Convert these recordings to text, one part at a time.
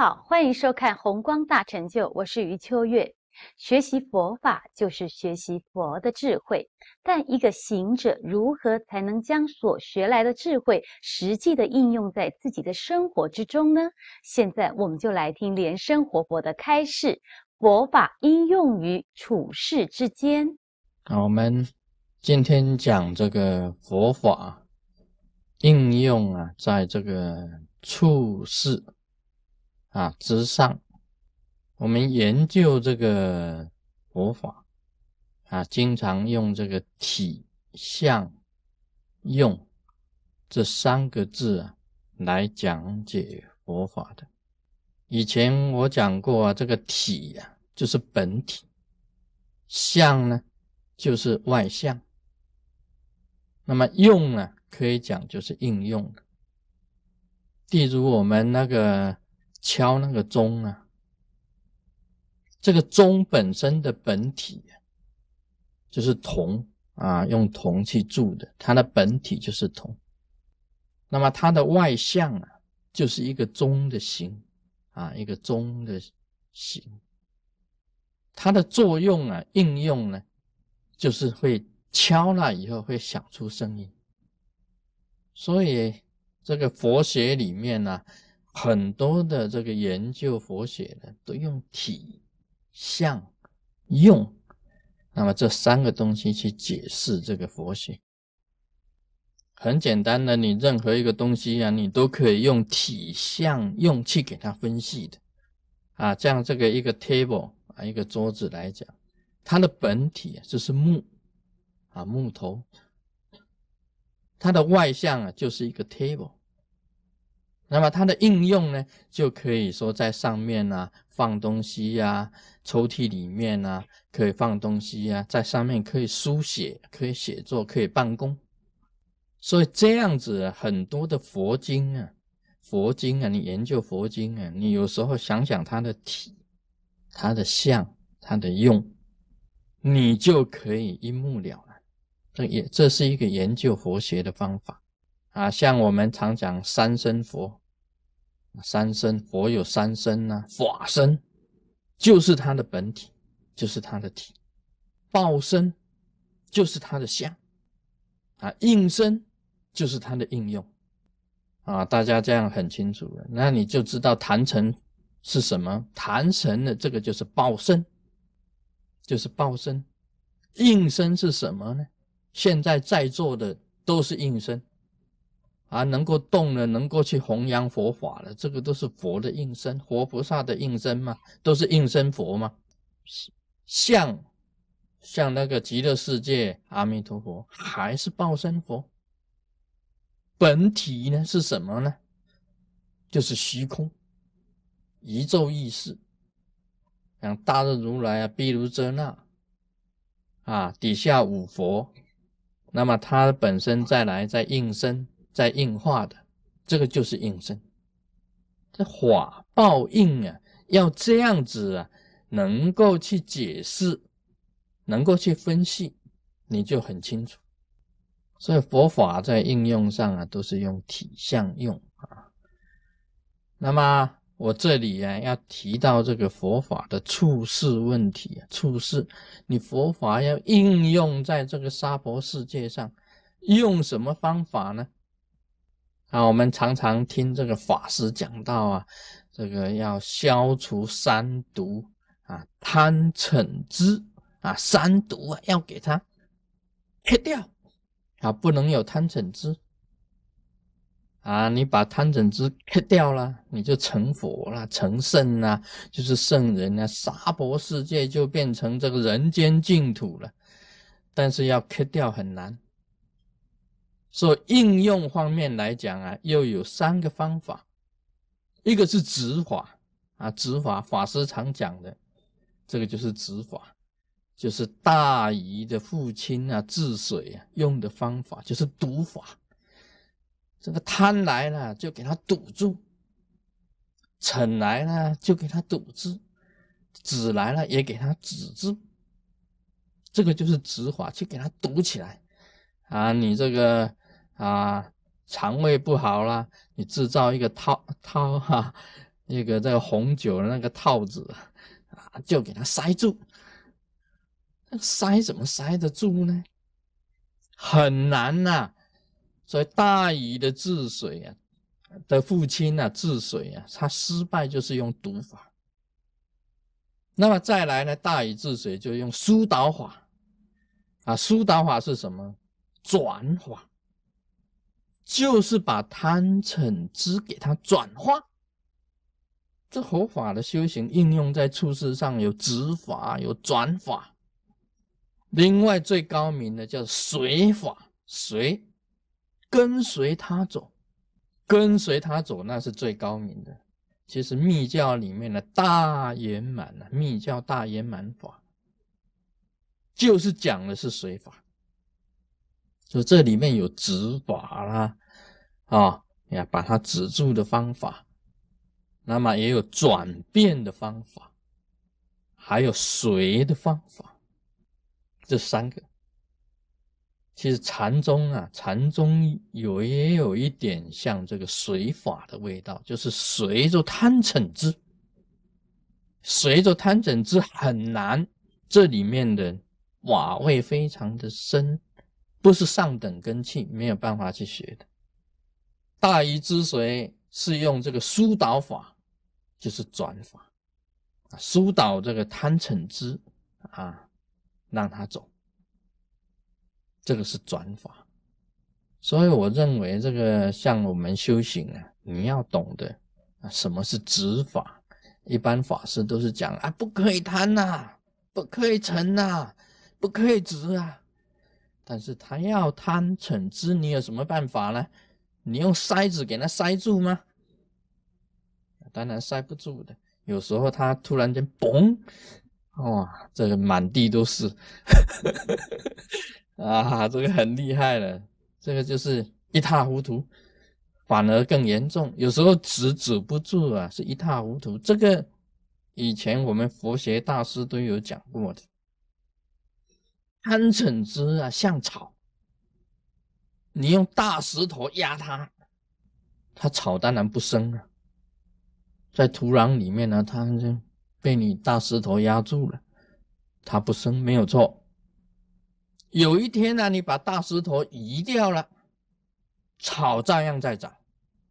好，欢迎收看《红光大成就》，我是余秋月。学习佛法就是学习佛的智慧，但一个行者如何才能将所学来的智慧实际的应用在自己的生活之中呢？现在我们就来听莲生活佛的开示，佛法应用于处世之间。 好，我们今天讲这个佛法应用在这个处世之上。我们研究这个佛法经常用这个体、相、用这三个字来讲解佛法的。以前我讲过这个体就是本体，相呢就是外相，那么用呢可以讲就是应用的。例如我们那个敲那个钟这个钟本身的本体就是铜用铜去铸的，它的本体就是铜。那么它的外相就是一个钟的形一个钟的形。它的作用应用呢就是会敲了以后会响出声音。所以这个佛学里面很多的这个研究佛学的都用体、相、用，那么这三个东西去解释这个佛学。很简单的，你任何一个东西你都可以用体、相、用去给它分析的这样这个一个 table 一个桌子来讲，它的本体就是木木头，它的外相就是一个 table。那么它的应用呢，就可以说在上面放东西抽屉里面可以放东西在上面可以书写，可以写作，可以办公。所以这样子很多的佛经你研究佛经你有时候想想它的体、它的相、它的用，你就可以一目了然。这是一个研究佛学的方法像我们常讲三身佛，三身佛有三身法身就是它的本体，就是它的体；报身就是它的相应身就是它的应用大家这样很清楚了，那你就知道坛城是什么。坛城的这个就是报身，就是报身。应身是什么呢？现在在座的都是应身能够动了，能够去弘扬佛法了，这个都是佛的应身，活菩萨的应身嘛，都是应身佛嘛。像那个极乐世界阿弥陀佛还是报身佛。本体呢是什么呢？就是虚空宇宙意识，像大日如来毗卢遮那底下五佛，那么它本身再来再应身再应化的，这个就是应身。这法报应要这样子能够去解释，能够去分析，你就很清楚。所以佛法在应用上都是用体、相、用那么我这里要提到这个佛法的处世问题处世，你佛法要应用在这个娑婆世界上，用什么方法呢？我们常常听这个法师讲到这个要消除三毒贪嗔痴三毒要给它切掉不能有贪嗔痴你把贪嗔痴切掉了，你就成佛了，成圣了，就是圣人娑婆世界就变成这个人间净土了。但是要切掉很难，所以应用方面来讲又有三个方法。一个是止法止法法师常讲的，这个就是止法，就是大禹的父亲治水用的方法，就是堵法。这个贪来了就给他堵住，嗔来了就给他堵住，止来了也给他止住，这个就是止法，去给他堵起来你这个肠胃不好啦，你制造一个一个这个红酒的那个套子啊，就给它塞住。那塞怎么塞得住呢？很难呐。所以大禹的治水啊的父亲啊治水啊，他失败就是用毒法。那么再来呢，大禹治水就用疏导法啊。疏导法是什么？转法，就是把贪嗔痴给它转化。这佛法的修行应用在处事上，有止法，有转法。另外最高明的叫随法，随跟随他走，跟随他走那是最高明的。其实密教里面的大圆满啊，密教大圆满法就是讲的是随法，就这里面有止法啦呀，把它止住的方法，那么也有转变的方法，还有随的方法，这三个。其实禅宗啊，禅宗也有一点像这个随法的味道，就是随着贪嗔痴，随着贪嗔痴很难，这里面的法味非常的深，不是上等根器，没有办法去学的。大禹之水是用这个疏导法，就是转法，疏导这个贪嗔痴啊，让它走。这个是转法。所以我认为这个像我们修行啊，你要懂得什么是止法。一般法师都是讲不可以贪啊，不可以嗔啊，不可以执啊。但是他要贪嗔痴，你有什么办法呢？你用塞子给他塞住吗？当然塞不住的。有时候他突然间嘣，哇，这个满地都是这个很厉害了，这个就是一塌糊涂，反而更严重。有时候止不住啊，是一塌糊涂。这个以前我们佛学大师都有讲过的。贪嗔痴啊，像草，你用大石头压它，它草当然不生了。在土壤里面呢，它就被你大石头压住了，它不生，没有错。有一天呢，你把大石头移掉了，草照样在长，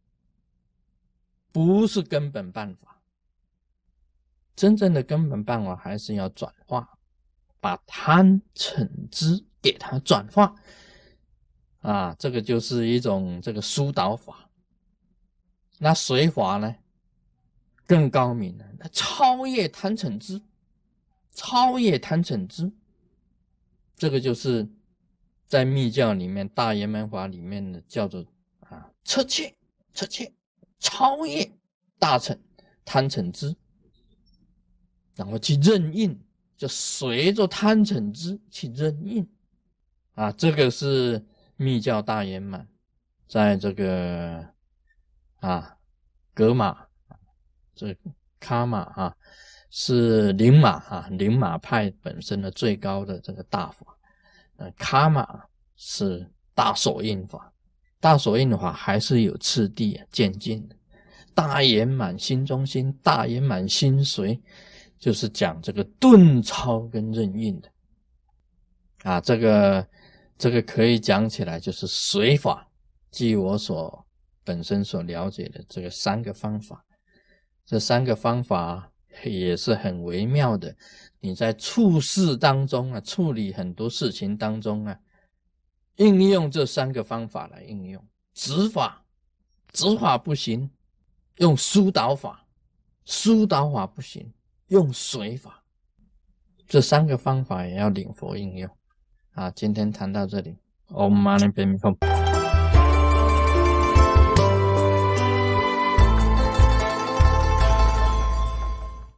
不是根本办法。真正的根本办法还是要转化，把贪嗔痴给它转化这个就是一种这个疏导法。那随法呢更高明了，那超越贪嗔痴，超越贪嗔痴，这个就是在密教里面大圆满法里面的叫做彻切超越大贪嗔痴，然后去任运，就随着贪嗔痴去任运这个是密教大圆满。在这个格玛，这卡玛是灵马灵马派本身的最高的这个大法。卡玛是大手印法，大手印法还是有次第渐进的。大圆满心中心，大圆满心随，就是讲这个顿超跟任运的这个可以讲起来就是随法。据我本身所了解的这个三个方法，这三个方法也是很微妙的。你在处事当中处理很多事情当中应用这三个方法来应用。止法不行，用疏导法；疏导法不行，用随法。这三个方法也要领佛应用今天谈到这里。Om Mani Padme Hum